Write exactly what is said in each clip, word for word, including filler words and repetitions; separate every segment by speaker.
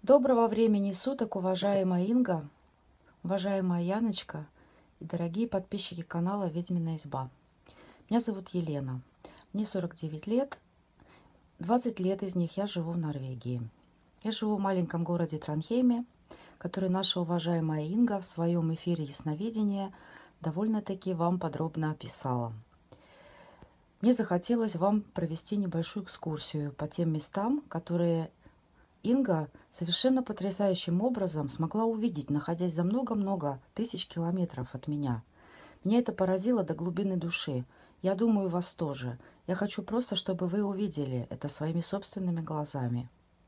Speaker 1: Доброго времени суток, уважаемая Инга, уважаемая Яночка и дорогие подписчики канала «Ведьмина изба». Меня зовут Елена, мне сорок девять лет, двадцать лет из них я живу в Норвегии. Я живу в маленьком городе Транхейме, который наша уважаемая Инга в своем эфире ясновидения довольно-таки вам подробно описала. Мне захотелось вам провести небольшую экскурсию по тем местам, которые Инга совершенно потрясающим образом смогла увидеть, находясь за много-много тысяч километров от меня. Меня это поразило до глубины души. Я думаю, вас тоже. Я хочу просто, чтобы вы увидели это своими собственными глазами.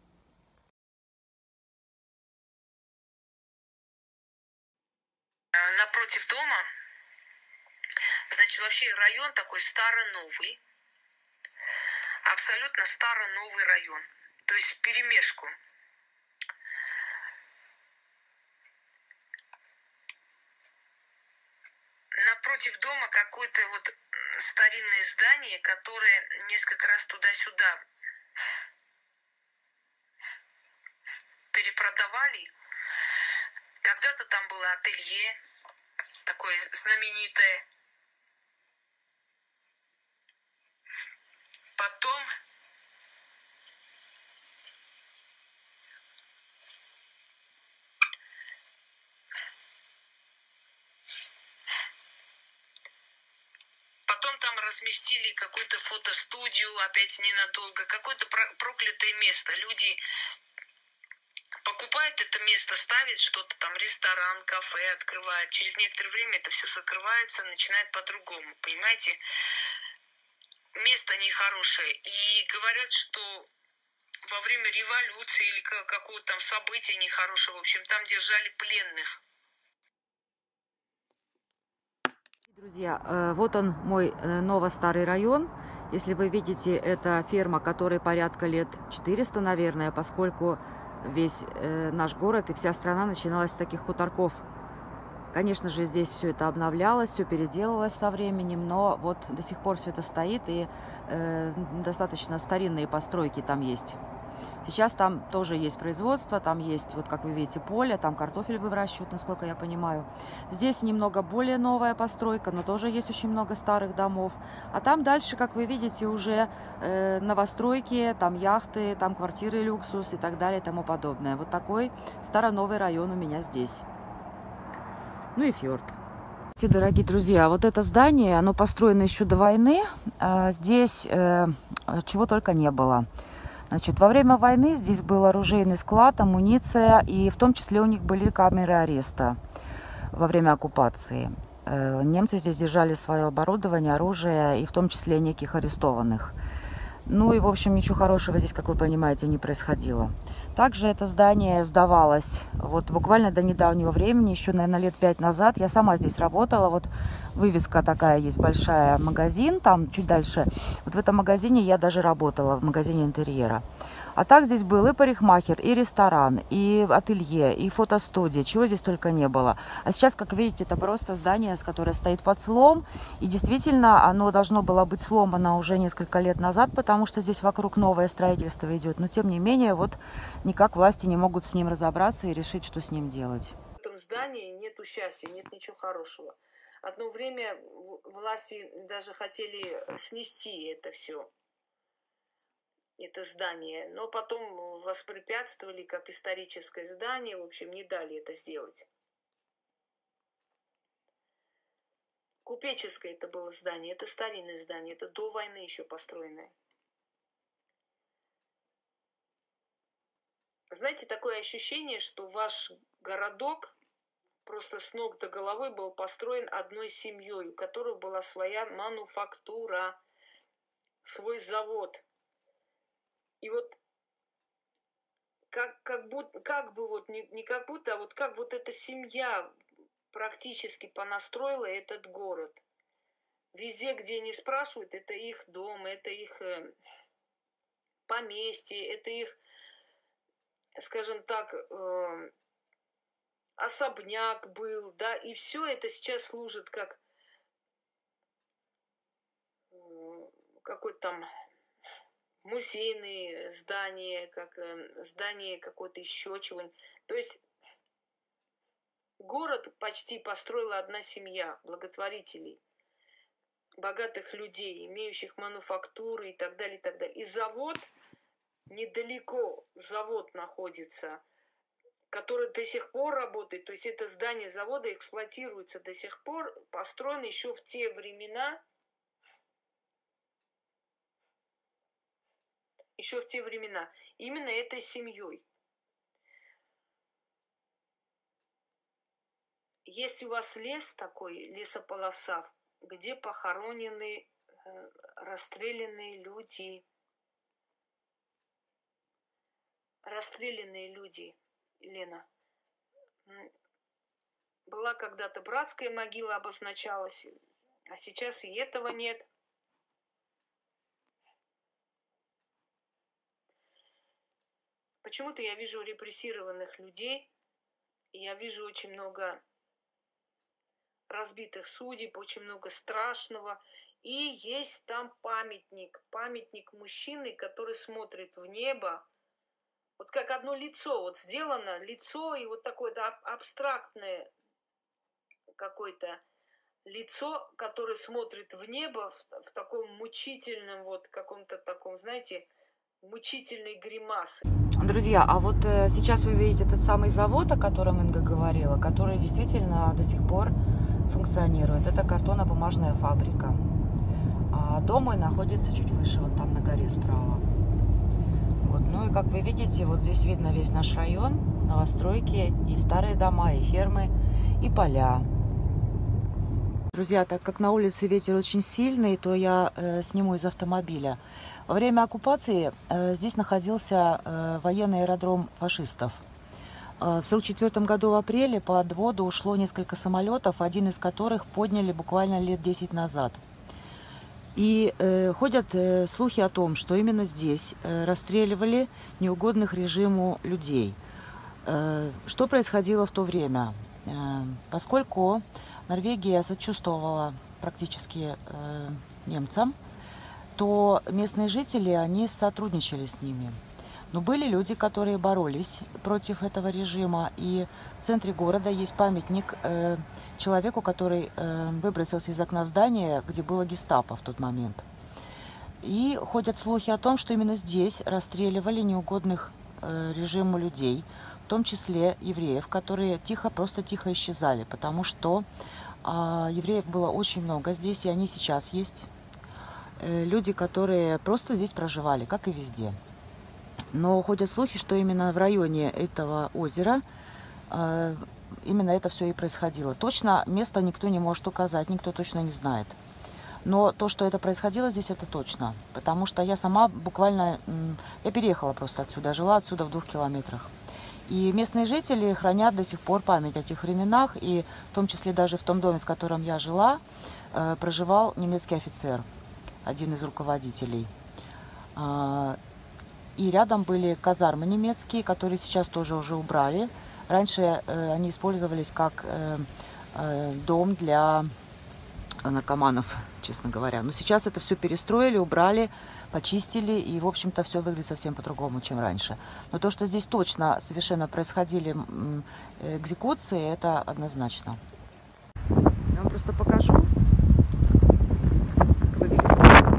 Speaker 2: Напротив дома, значит, вообще район такой старо-новый, абсолютно старо-новый район, то есть вперемешку. Напротив дома какое-то вот старинное здание, которое несколько раз туда-сюда перепродавали. Когда-то там было ателье, такое знаменитое. Потом Потом там разместили какую-то фотостудию, опять ненадолго, какое-то проклятое место. Люди покупают это место, ставят что-то там, ресторан, кафе открывают. Через некоторое время это все закрывается, начинает по-другому, понимаете? Место нехорошее. И говорят, что во время революции или какого-то там события нехорошего, в общем, там держали пленных.
Speaker 1: Друзья, вот он, мой ново-старый район. Если вы видите, это ферма, которой порядка лет четыреста, наверное, поскольку весь наш город и вся страна начиналась с таких хуторков. Конечно же, здесь все это обновлялось, все переделалось со временем, но вот до сих пор все это стоит, и э, достаточно старинные постройки там есть. Сейчас там тоже есть производство, там есть, вот как вы видите, поле, там картофель выращивают, насколько я понимаю. Здесь немного более новая постройка, но тоже есть очень много старых домов. А там дальше, как вы видите, уже э, новостройки, там яхты, там квартиры люксус и так далее и тому подобное. Вот такой старо-новый район у меня здесь. Ну и фьорд. Дорогие друзья, вот это здание, оно построено еще до войны. Здесь э, чего только не было. Значит, во время войны здесь был оружейный склад, амуниция, и в том числе у них были камеры ареста во время оккупации. Э, немцы здесь держали свое оборудование, оружие, и в том числе неких арестованных. Ну и, в общем, ничего хорошего здесь, как вы понимаете, не происходило. Также это здание сдавалось вот буквально до недавнего времени, еще, наверное, лет пять назад. Я сама здесь работала, вот вывеска такая есть большая, магазин, там чуть дальше. Вот в этом магазине я даже работала, в магазине интерьера. А так здесь был и парикмахер, и ресторан, и ателье, и фотостудия, чего здесь только не было. А сейчас, как видите, это просто здание, которое стоит под слом. И действительно, оно должно было быть сломано уже несколько лет назад, потому что здесь вокруг новое строительство идет. Но, тем не менее, вот никак власти не могут с ним разобраться и решить, что с ним делать.
Speaker 2: В этом здании нету счастья, нет ничего хорошего. Одно время власти даже хотели снести это все. Это здание, но потом воспрепятствовали как историческое здание, в общем, не дали это сделать. Купеческое это было здание, это старинное здание, это до войны еще построенное. Знаете, такое ощущение, что ваш городок просто с ног до головы был построен одной семьей, у которой была своя мануфактура, свой завод. И вот как, как, будто, как бы вот, не, не как будто, а вот как вот эта семья практически понастроила этот город. Везде, где они спрашивают, это их дом, это их э, поместье, это их, скажем так, э, особняк был, да, и все это сейчас служит как э, какой-то там музейные здания, как э, здание какое-то еще чего-нибудь. То есть город почти построила одна семья благотворителей, богатых людей, имеющих мануфактуры и так далее, и так далее. И завод, недалеко завод находится, который до сих пор работает. То есть это здание завода эксплуатируется до сих пор, построено еще в те времена, еще в те времена, именно этой семьей. Есть у вас лес такой, лесополоса, где похоронены э, расстрелянные люди. Расстрелянные люди, Лена. Была когда-то братская могила, обозначалась, а сейчас и этого нет. Почему-то я вижу репрессированных людей, и я вижу очень много разбитых судеб, очень много страшного. И есть там памятник, памятник мужчины, который смотрит в небо. Вот как одно лицо, вот сделано лицо, и вот такое-то абстрактное какое-то лицо, которое смотрит в небо в, в таком мучительном, вот каком-то таком, знаете, мучительной гримасы.
Speaker 1: Друзья, а вот э, сейчас вы видите тот самый завод, о котором Инга говорила, который действительно до сих пор функционирует. Это картонно-бумажная фабрика. А дом мой находится чуть выше, вот там на горе справа. Вот. Ну и как вы видите, вот здесь видно весь наш район, новостройки, и старые дома, и фермы, и поля. Друзья, так как на улице ветер очень сильный, то я э, сниму из автомобиля. Во время оккупации э, здесь находился э, военный аэродром фашистов. Э, в сорок четвёртом году в апреле под воду ушло несколько самолетов, один из которых подняли буквально лет десять назад. И э, ходят э, слухи о том, что именно здесь э, расстреливали неугодных режиму людей. Э, что происходило в то время? Э, поскольку Норвегия сочувствовала практически э, немцам, то местные жители, они сотрудничали с ними. Но были люди, которые боролись против этого режима, и в центре города есть памятник э, человеку, который э, выбросился из окна здания, где было гестапо в тот момент. И ходят слухи о том, что именно здесь расстреливали неугодных э, режиму людей, в том числе евреев, которые тихо, просто тихо исчезали, потому что э, евреев было очень много здесь, и они сейчас есть. Э, люди, которые просто здесь проживали, как и везде. Но ходят слухи, что именно в районе этого озера э, именно это все и происходило. Точно место никто не может указать, никто точно не знает. Но то, что это происходило здесь, это точно. Потому что я сама буквально, я переехала просто отсюда, жила отсюда в двух километрах. И местные жители хранят до сих пор память о тех временах. И в том числе даже в том доме, в котором я жила, э, проживал немецкий офицер, один из руководителей. И рядом были казармы немецкие, которые сейчас тоже уже убрали. Раньше э, они использовались как э, э, дом для наркоманов, честно говоря. Но сейчас это все перестроили, убрали, почистили, и, в общем-то, все выглядит совсем по-другому, чем раньше. Но то, что здесь точно совершенно происходили экзекуции, это однозначно. Я вам просто покажу. Как вы видите,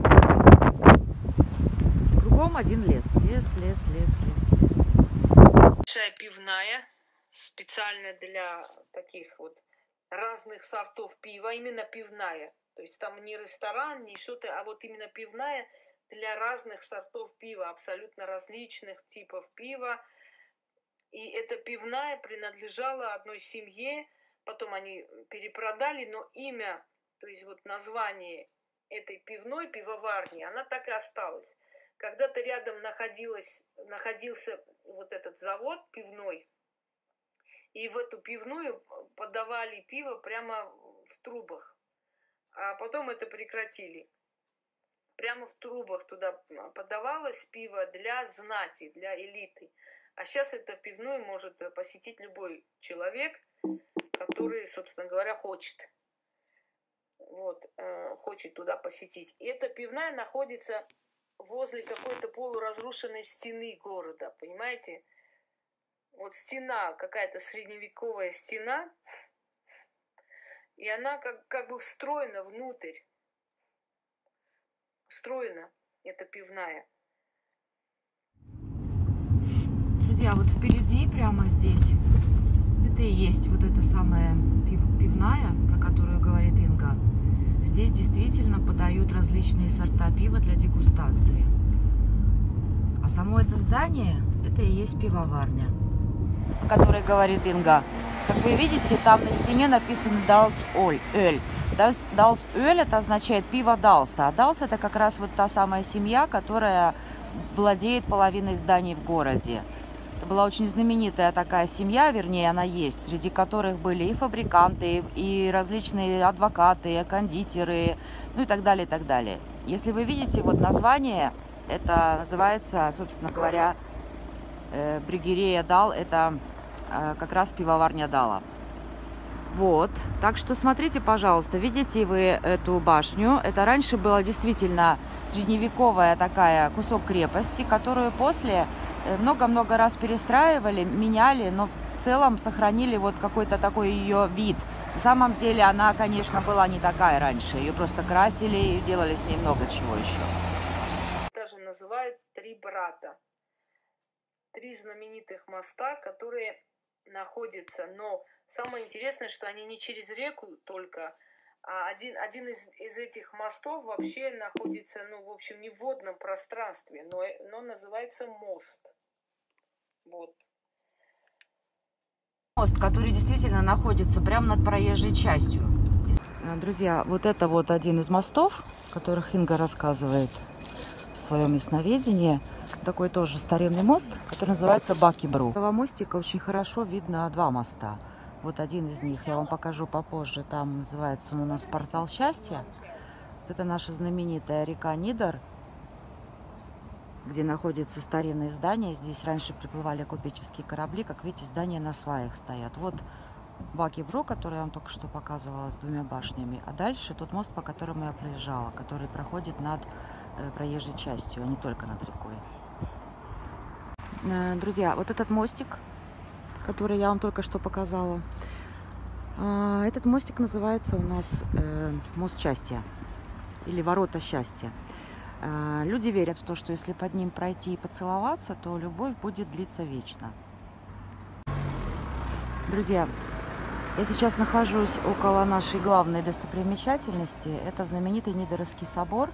Speaker 1: с кругом один лес. Лес, лес, лес, лес, лес, лес.
Speaker 2: Большая пивная, специально для таких вот разных сортов пива, именно пивная. То есть там не ресторан, не что-то, а вот именно пивная для разных сортов пива, абсолютно различных типов пива. И эта пивная принадлежала одной семье, потом они перепродали, но имя, то есть вот название этой пивной, пивоварни, она так и осталась. Когда-то рядом находилась, находился вот этот завод пивной, и в эту пивную подавали пиво прямо в трубах. А потом это прекратили. Прямо в трубах туда подавалось пиво для знати, для элиты. А сейчас это пивную может посетить любой человек, который, собственно говоря, хочет. Вот, э, хочет туда посетить. И эта пивная находится возле какой-то полуразрушенной стены города, понимаете? Вот стена, какая-то средневековая стена, и она как, как бы встроена внутрь. Встроена, эта пивная.
Speaker 1: Друзья, вот впереди, прямо здесь, это и есть вот эта самая пив, пивная, про которую говорит Инга. Здесь действительно подают различные сорта пива для дегустации. А само это здание, это и есть пивоварня, о которой говорит Инга. Как вы видите, там на стене написано «Далс Ölь». «Далс Ölь» это означает «пиво Далса». А Далс это как раз вот та самая семья, которая владеет половиной зданий в городе. Это была очень знаменитая такая семья, вернее, она есть, среди которых были и фабриканты, и различные адвокаты, и кондитеры, ну и так далее, и так далее. Если вы видите вот название, это называется, собственно говоря, э, Бригерея Дал, это э, как раз пивоварня Дала. Вот, так что смотрите, пожалуйста, видите вы эту башню? Это раньше была действительно средневековая такая кусок крепости, которую после много-много раз перестраивали, меняли, но в целом сохранили вот какой-то такой ее вид. На самом деле она, конечно, была не такая раньше. Ее просто красили и делали с ней много чего еще.
Speaker 2: Даже называют три брата. Три знаменитых моста, которые находятся. Но самое интересное, что они не через реку только, а один, один из, из этих мостов вообще находится, ну, в общем, не в водном пространстве, но, но называется мост. Вот.
Speaker 1: Мост, который действительно находится прямо над проезжей частью. Друзья, вот это вот один из мостов, о которых Инга рассказывает в своем ясновидении. Такой тоже старинный мост, который называется Бакибру. С этого мостика очень хорошо видно два моста. Вот один из них я вам покажу попозже. Там называется он у нас Портал Счастья. Вот это наша знаменитая река Нидер, где находится старинное здание. Здесь раньше приплывали купеческие корабли. Как видите, здания на сваях стоят. Вот Бакибру, который я вам только что показывала, с двумя башнями. А дальше тот мост, по которому я проезжала, который проходит над э, проезжей частью, а не только над рекой. Э, друзья, вот этот мостик, который я вам только что показала, э, этот мостик называется у нас э, мост счастья или ворота счастья. Люди верят в то, что если под ним пройти и поцеловаться, то любовь будет длиться вечно. Друзья, я сейчас нахожусь около нашей главной достопримечательности. Это знаменитый Нидерский собор.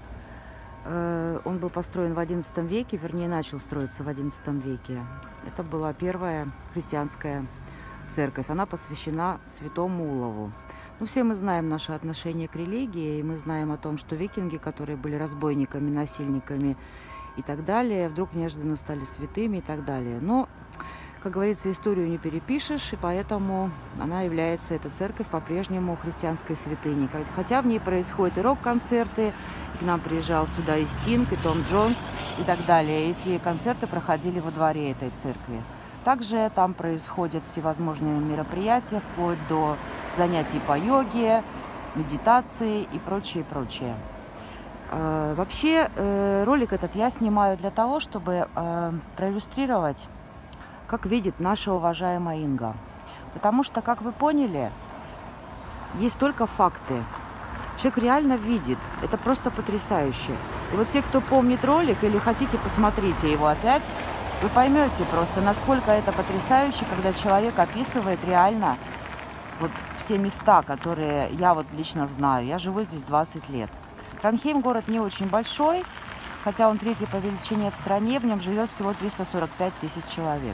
Speaker 1: Он был построен в одиннадцатом веке, вернее, начал строиться в одиннадцатом веке. Это была первая христианская церковь. Она посвящена святому Улову. Ну, все мы знаем наше отношение к религии, и мы знаем о том, что викинги, которые были разбойниками, насильниками и так далее, вдруг неожиданно стали святыми и так далее. Но, как говорится, историю не перепишешь, и поэтому она является, эта церковь, по-прежнему христианской святыней. Хотя в ней происходят и рок-концерты, к нам приезжал сюда и Стинг, и Том Джонс и так далее. Эти концерты проходили во дворе этой церкви. Также там происходят всевозможные мероприятия, вплоть до занятий по йоге, медитации и прочее, прочее. Э, вообще, э, ролик этот я снимаю для того, чтобы э, проиллюстрировать, как видит наша уважаемая Инга. Потому что, как вы поняли, есть только факты. Человек реально видит. Это просто потрясающе. И вот те, кто помнит ролик или хотите, посмотрите его опять, вы поймете просто, насколько это потрясающе, когда человек описывает реально вот все места, которые я вот лично знаю. Я живу здесь двадцать лет. Транхейм город не очень большой, хотя он третий по величине в стране, в нем живет всего триста сорок пять тысяч человек.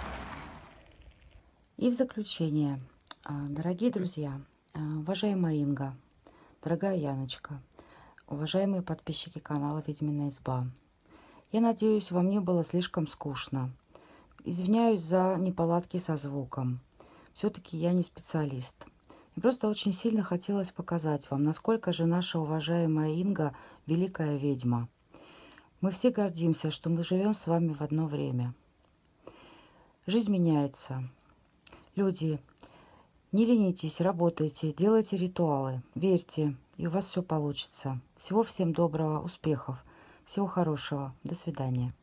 Speaker 1: И в заключение, дорогие друзья, уважаемая Инга, дорогая Яночка, уважаемые подписчики канала Ведьмина изба, я надеюсь, вам не было слишком скучно. Извиняюсь за неполадки со звуком. Все-таки я не специалист. Мне просто очень сильно хотелось показать вам, насколько же наша уважаемая Инга великая ведьма. Мы все гордимся, что мы живем с вами в одно время. Жизнь меняется. Люди, не ленитесь, работайте, делайте ритуалы, верьте, и у вас все получится. Всего всем доброго, успехов. Всего хорошего. До свидания.